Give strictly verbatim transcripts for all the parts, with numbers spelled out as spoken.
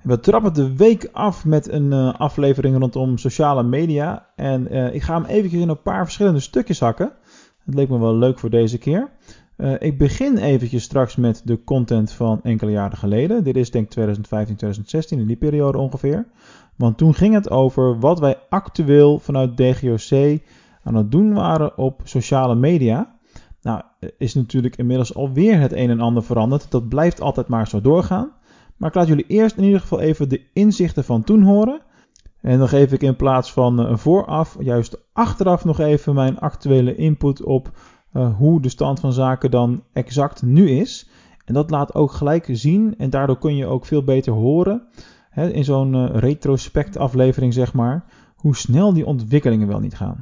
We trappen de week af met een uh, aflevering rondom sociale media. En uh, ik ga hem eventjes in een paar verschillende stukjes hakken. Het leek me wel leuk voor deze keer. Uh, ik begin eventjes straks met de content van enkele jaren geleden. Dit is denk ik twintig vijftien, twintig zestien, in die periode ongeveer. Want toen ging het over wat wij actueel vanuit D G O C aan het doen waren op sociale media. Nou, is natuurlijk inmiddels alweer het een en ander veranderd. Dat blijft altijd maar zo doorgaan. Maar ik laat jullie eerst in ieder geval even de inzichten van toen horen. En dan geef ik in plaats van een vooraf, juist achteraf nog even mijn actuele input op uh, hoe de stand van zaken dan exact nu is. En dat laat ook gelijk zien en daardoor kun je ook veel beter horen, hè, in zo'n uh, retrospect aflevering zeg maar, hoe snel die ontwikkelingen wel niet gaan.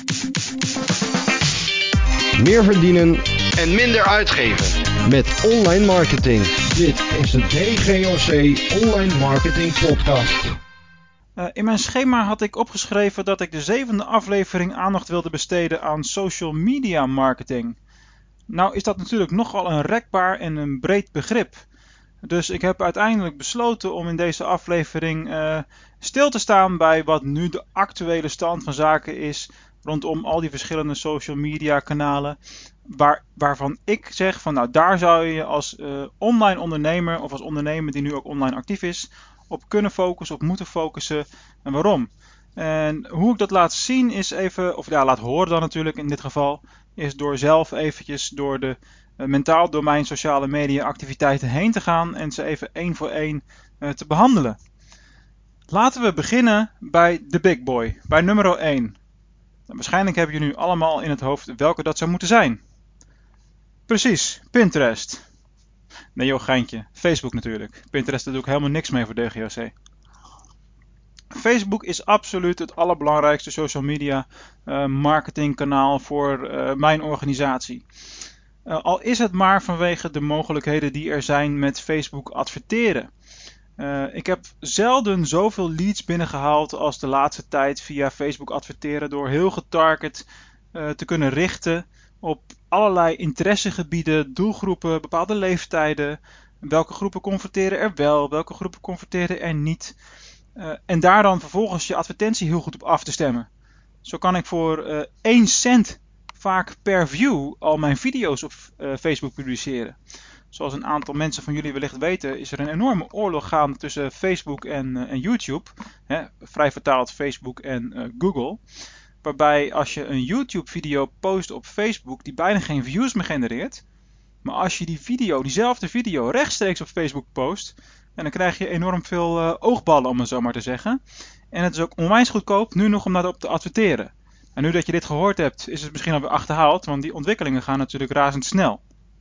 Meer verdienen en minder uitgeven met online marketing. Dit is de D G O C Online Marketing Podcast. Uh, in mijn schema had ik opgeschreven dat ik de zevende aflevering aandacht wilde besteden aan social media marketing. Nou is dat natuurlijk nogal een rekbaar en een breed begrip. Dus ik heb uiteindelijk besloten om in deze aflevering uh, stil te staan bij wat nu de actuele stand van zaken is rondom al die verschillende social media kanalen. Waar, waarvan ik zeg van nou daar zou je als uh, online ondernemer of als ondernemer die nu ook online actief is op kunnen focussen, op moeten focussen en waarom. En hoe ik dat laat zien is even, of ja laat horen dan natuurlijk in dit geval, is door zelf eventjes door de uh, mentaal domein sociale media activiteiten heen te gaan en ze even één voor één uh, te behandelen. Laten we beginnen bij de big boy, bij nummer één. Nou, waarschijnlijk hebben jullie nu allemaal in het hoofd welke dat zou moeten zijn. Precies, Pinterest. Nee joh, geintje. Facebook natuurlijk. Pinterest, daar doe ik helemaal niks mee voor D G O C. Facebook is absoluut het allerbelangrijkste social media uh, marketingkanaal voor uh, mijn organisatie. Uh, al is het maar vanwege de mogelijkheden die er zijn met Facebook adverteren. Uh, ik heb zelden zoveel leads binnengehaald als de laatste tijd via Facebook adverteren door heel getarget uh, te kunnen richten op allerlei interessegebieden, doelgroepen, bepaalde leeftijden. Welke groepen converteren er wel, welke groepen converteren er niet. Uh, en daar dan vervolgens je advertentie heel goed op af te stemmen. Zo kan ik voor uh, één cent vaak per view al mijn video's op uh, Facebook publiceren. Zoals een aantal mensen van jullie wellicht weten, is er een enorme oorlog gaande tussen Facebook en, uh, en YouTube. Hè, vrij vertaald Facebook en uh, Google. Waarbij als je een YouTube video post op Facebook die bijna geen views meer genereert. Maar als je die video, diezelfde video rechtstreeks op Facebook post. En dan krijg je enorm veel uh, oogballen om het zo maar te zeggen. En het is ook onwijs goedkoop nu nog om daarop te adverteren. En nu dat je dit gehoord hebt is het misschien alweer achterhaald. Want die ontwikkelingen gaan natuurlijk razendsnel.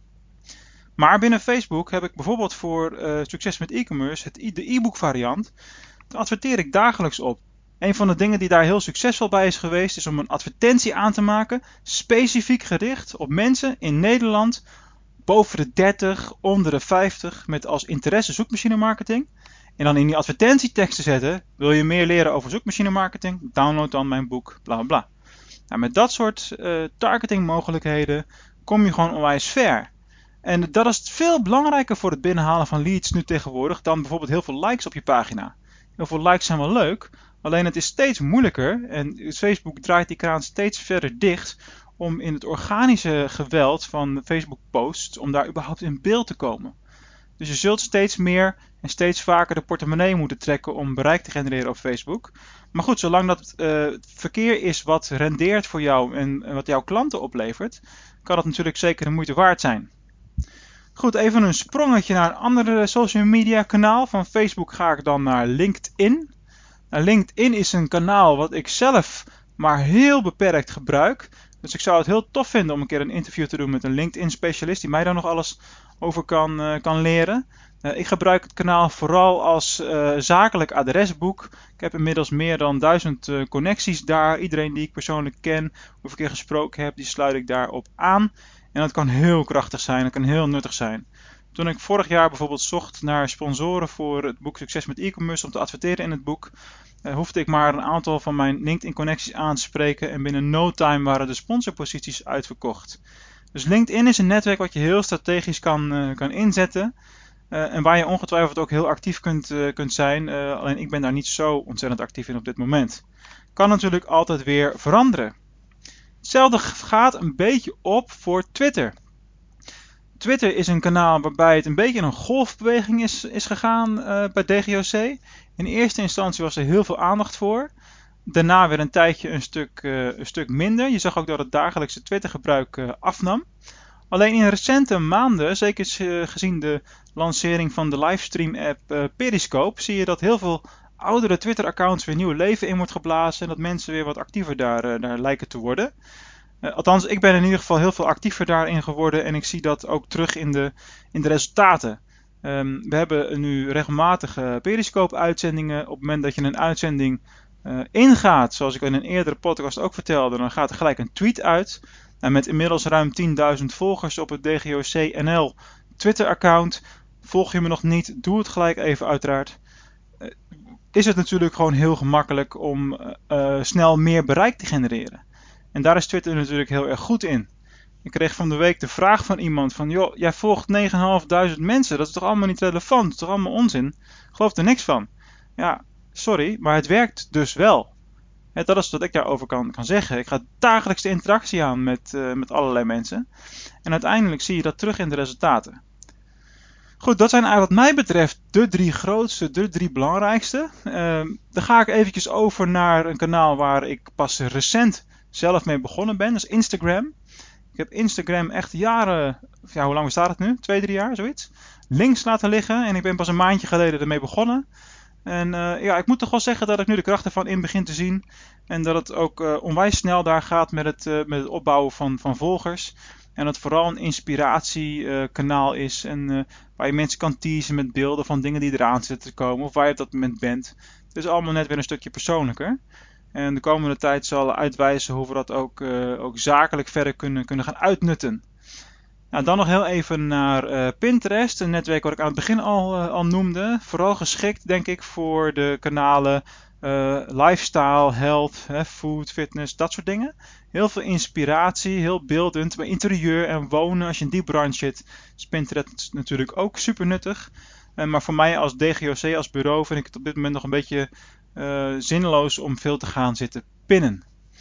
Maar binnen Facebook heb ik bijvoorbeeld voor uh, succes met e-commerce, het, de e-book variant. Daar adverteer ik dagelijks op. Een van de dingen die daar heel succesvol bij is geweest, is om een advertentie aan te maken, specifiek gericht op mensen in Nederland boven de dertig, onder de vijftig, met als interesse zoekmachine marketing. En dan in die advertentietekst te zetten, wil je meer leren over zoekmachine marketing? Download dan mijn boek, bla bla bla. Nou, met dat soort uh, targeting mogelijkheden kom je gewoon onwijs ver. En dat is veel belangrijker voor het binnenhalen van leads nu tegenwoordig dan bijvoorbeeld heel veel likes op je pagina. Heel veel likes zijn wel leuk, alleen het is steeds moeilijker en Facebook draait die kraan steeds verder dicht om in het organische geweld van Facebook posts, om daar überhaupt in beeld te komen. Dus je zult steeds meer en steeds vaker de portemonnee moeten trekken om bereik te genereren op Facebook. Maar goed, zolang dat uh, verkeer is wat rendeert voor jou en wat jouw klanten oplevert, kan dat natuurlijk zeker de moeite waard zijn. Goed, even een sprongetje naar een andere social media kanaal. Van Facebook ga ik dan naar LinkedIn. Nou, LinkedIn is een kanaal wat ik zelf maar heel beperkt gebruik. Dus ik zou het heel tof vinden om een keer een interview te doen met een LinkedIn specialist die mij daar nog alles over kan, uh, kan leren. Uh, ik gebruik het kanaal vooral als uh, zakelijk adresboek. Ik heb inmiddels meer dan duizend uh, connecties daar. Iedereen die ik persoonlijk ken of een keer gesproken heb, die sluit ik daarop aan. En dat kan heel krachtig zijn, dat kan heel nuttig zijn. Toen ik vorig jaar bijvoorbeeld zocht naar sponsoren voor het boek Succes met e-commerce om te adverteren in het boek, uh, hoefde ik maar een aantal van mijn LinkedIn connecties aan te spreken en binnen no time waren de sponsorposities uitverkocht. Dus LinkedIn is een netwerk wat je heel strategisch kan, uh, kan inzetten. Uh, en waar je ongetwijfeld ook heel actief kunt, uh, kunt zijn. Uh, alleen ik ben daar niet zo ontzettend actief in op dit moment. Kan natuurlijk altijd weer veranderen. Hetzelfde gaat een beetje op voor Twitter. Twitter is een kanaal waarbij het een beetje een golfbeweging is, is gegaan uh, bij D G O C. In eerste instantie was er heel veel aandacht voor. Daarna weer een tijdje een stuk, uh, een stuk minder. Je zag ook dat het dagelijkse Twittergebruik uh, afnam. Alleen in recente maanden, zeker uh, gezien de lancering van de livestream-app uh, Periscope, zie je dat heel veel oudere Twitter-accounts weer nieuw leven in wordt geblazen en dat mensen weer wat actiever daar, uh, daar lijken te worden. Uh, althans, ik ben in ieder geval heel veel actiever daarin geworden en ik zie dat ook terug in de, in de resultaten. Um, we hebben nu regelmatige Periscope-uitzendingen. Op het moment dat je een uitzending uh, ingaat, zoals ik in een eerdere podcast ook vertelde, dan gaat er gelijk een tweet uit. Nou, met inmiddels ruim tienduizend volgers op het D G O C N L Twitter-account. Volg je me nog niet, doe het gelijk even uiteraard. Uh, is het natuurlijk gewoon heel gemakkelijk om uh, uh, snel meer bereik te genereren. En daar is Twitter natuurlijk heel erg goed in. Ik kreeg van de week de vraag van iemand van, joh, jij volgt negen duizend vijfhonderd mensen, dat is toch allemaal niet relevant, dat is toch allemaal onzin? Ik geloof er niks van. Ja, sorry, maar het werkt dus wel. Ja, dat is wat ik daarover kan, kan zeggen. Ik ga dagelijks de interactie aan met, uh, met allerlei mensen. En uiteindelijk zie je dat terug in de resultaten. Goed, dat zijn eigenlijk wat mij betreft de drie grootste, de drie belangrijkste. Uh, dan ga ik eventjes over naar een kanaal waar ik pas recent zelf mee begonnen ben. Dat is Instagram. Ik heb Instagram echt jaren, ja, hoe lang bestaat het nu? Twee, drie jaar, zoiets. Links laten liggen en ik ben pas een maandje geleden ermee begonnen. En uh, ja, ik moet toch wel zeggen dat ik nu de kracht ervan in begin te zien. En dat het ook uh, onwijs snel daar gaat met het, uh, met het opbouwen van, van volgers. En dat het vooral een inspiratiekanaal uh, is. En uh, waar je mensen kan teasen met beelden van dingen die eraan zitten te komen. Of waar je op dat moment bent. Het is allemaal net weer een stukje persoonlijker. En de komende tijd zal uitwijzen hoe we dat ook, uh, ook zakelijk verder kunnen, kunnen gaan uitnutten. Nou, dan nog heel even naar uh, Pinterest, een netwerk wat ik aan het begin al, uh, al noemde. Vooral geschikt, denk ik, voor de kanalen uh, lifestyle, health, hè, food, fitness, dat soort dingen. Heel veel inspiratie, heel beeldend. Bij interieur en wonen, als je in die branche zit, is Pinterest natuurlijk ook super nuttig. Uh, maar voor mij als D G O C, als bureau, vind ik het op dit moment nog een beetje uh, zinloos om veel te gaan zitten pinnen.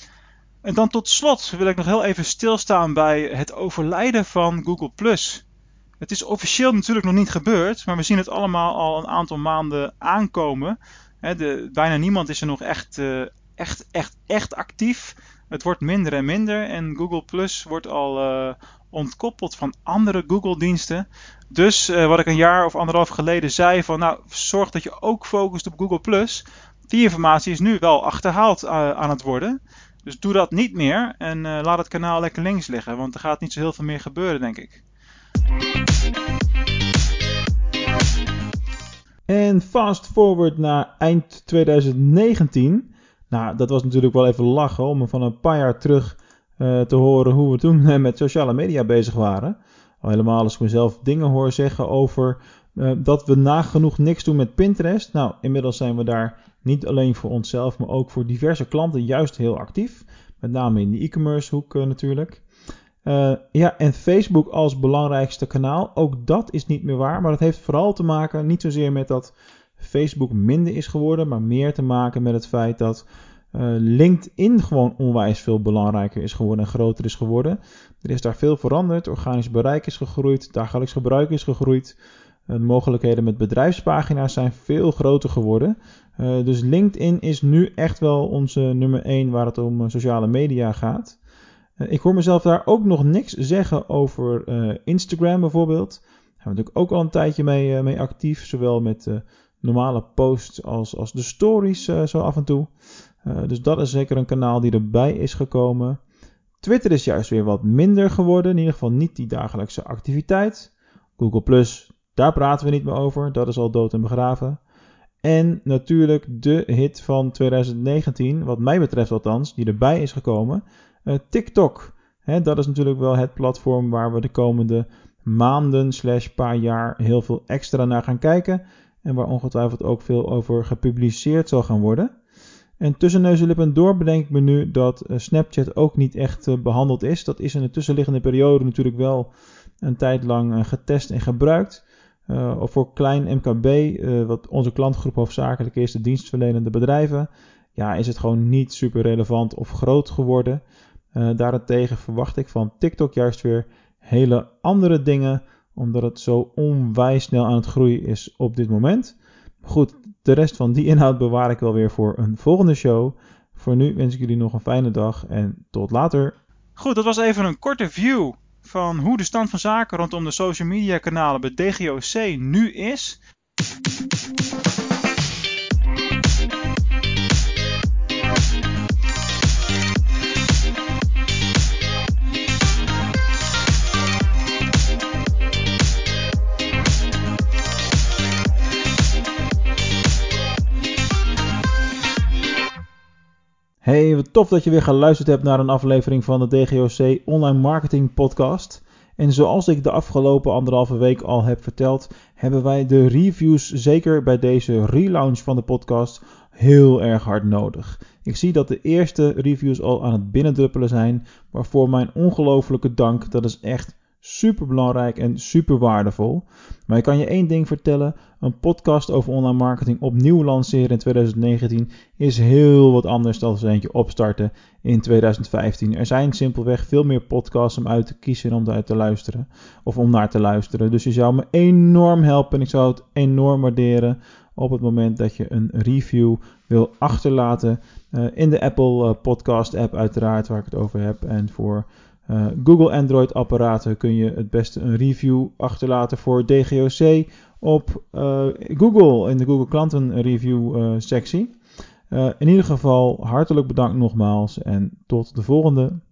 En dan tot slot wil ik nog heel even stilstaan bij het overlijden van Google plus. Het is officieel natuurlijk nog niet gebeurd, maar we zien het allemaal al een aantal maanden aankomen. He, de, bijna niemand is er nog echt, uh, echt, echt, echt actief. Het wordt minder en minder en Google plus wordt al uh, ontkoppeld van andere Google-diensten. Dus uh, wat ik een jaar of anderhalf geleden zei van, nou, zorg dat je ook focust op Google plus. Die informatie is nu wel achterhaald uh, aan het worden. Dus doe dat niet meer en uh, laat het kanaal lekker links liggen, want er gaat niet zo heel veel meer gebeuren, denk ik. En fast forward naar eind twintig negentien. Nou, dat was natuurlijk wel even lachen om van een paar jaar terug uh, te horen hoe we toen met sociale media bezig waren. Al helemaal als ik mezelf dingen hoor zeggen over uh, dat we nagenoeg niks doen met Pinterest. Nou, inmiddels zijn we daar niet alleen voor onszelf, maar ook voor diverse klanten juist heel actief. Met name in de e-commerce hoek uh, natuurlijk. Uh, ja, en Facebook als belangrijkste kanaal, ook dat is niet meer waar. Maar dat heeft vooral te maken, niet zozeer met dat Facebook minder is geworden, maar meer te maken met het feit dat uh, LinkedIn gewoon onwijs veel belangrijker is geworden en groter is geworden. Er is daar veel veranderd, organisch bereik is gegroeid, dagelijks gebruik is gegroeid. De mogelijkheden met bedrijfspagina's zijn veel groter geworden. Uh, dus LinkedIn is nu echt wel onze nummer één waar het om sociale media gaat. Uh, ik hoor mezelf daar ook nog niks zeggen over uh, Instagram bijvoorbeeld. Daar zijn we natuurlijk ook al een tijdje mee, uh, mee actief. Zowel met uh, normale posts als, als de stories uh, zo af en toe. Uh, dus dat is zeker een kanaal die erbij is gekomen. Twitter is juist weer wat minder geworden. In ieder geval niet die dagelijkse activiteit. Google plus, daar praten we niet meer over. Dat is al dood en begraven. En natuurlijk de hit van twintig negentien, wat mij betreft althans, die erbij is gekomen. Uh, TikTok. He, dat is natuurlijk wel het platform waar we de komende maanden slash paar jaar heel veel extra naar gaan kijken. En waar ongetwijfeld ook veel over gepubliceerd zal gaan worden. En tussen neus en lippen door bedenk ik me nu dat uh, Snapchat ook niet echt uh, behandeld is. Dat is in de tussenliggende periode natuurlijk wel een tijd lang uh, getest en gebruikt. Uh, of voor klein M K B, uh, wat onze klantgroep hoofdzakelijk is, de dienstverlenende bedrijven, ja, is het gewoon niet super relevant of groot geworden. Uh, daarentegen verwacht ik van TikTok juist weer hele andere dingen, omdat het zo onwijs snel aan het groeien is op dit moment. Goed, de rest van die inhoud bewaar ik wel weer voor een volgende show. Voor nu wens ik jullie nog een fijne dag en tot later. Goed, dat was even een korte view van hoe de stand van zaken rondom de social media kanalen bij D G O C nu is. Hey, wat tof dat je weer geluisterd hebt naar een aflevering van de D G O C Online Marketing Podcast. En zoals ik de afgelopen anderhalve week al heb verteld, hebben wij de reviews zeker bij deze relaunch van de podcast heel erg hard nodig. Ik zie dat de eerste reviews al aan het binnendruppelen zijn, waarvoor mijn ongelofelijke dank. Dat is echt super belangrijk en super waardevol. Maar ik kan je één ding vertellen, een podcast over online marketing opnieuw lanceren in twintig negentien is heel wat anders dan er eentje opstarten in twintig vijftien. Er zijn simpelweg veel meer podcasts om uit te kiezen en om uit te luisteren of om naar te luisteren. Dus je zou me enorm helpen en ik zou het enorm waarderen op het moment dat je een review wil achterlaten uh, in de Apple uh, Podcast app uiteraard waar ik het over heb. En voor uh, Google Android apparaten kun je het beste een review achterlaten voor D G O C op uh, Google in de Google klanten review uh, sectie. Uh, in ieder geval hartelijk bedankt nogmaals en tot de volgende.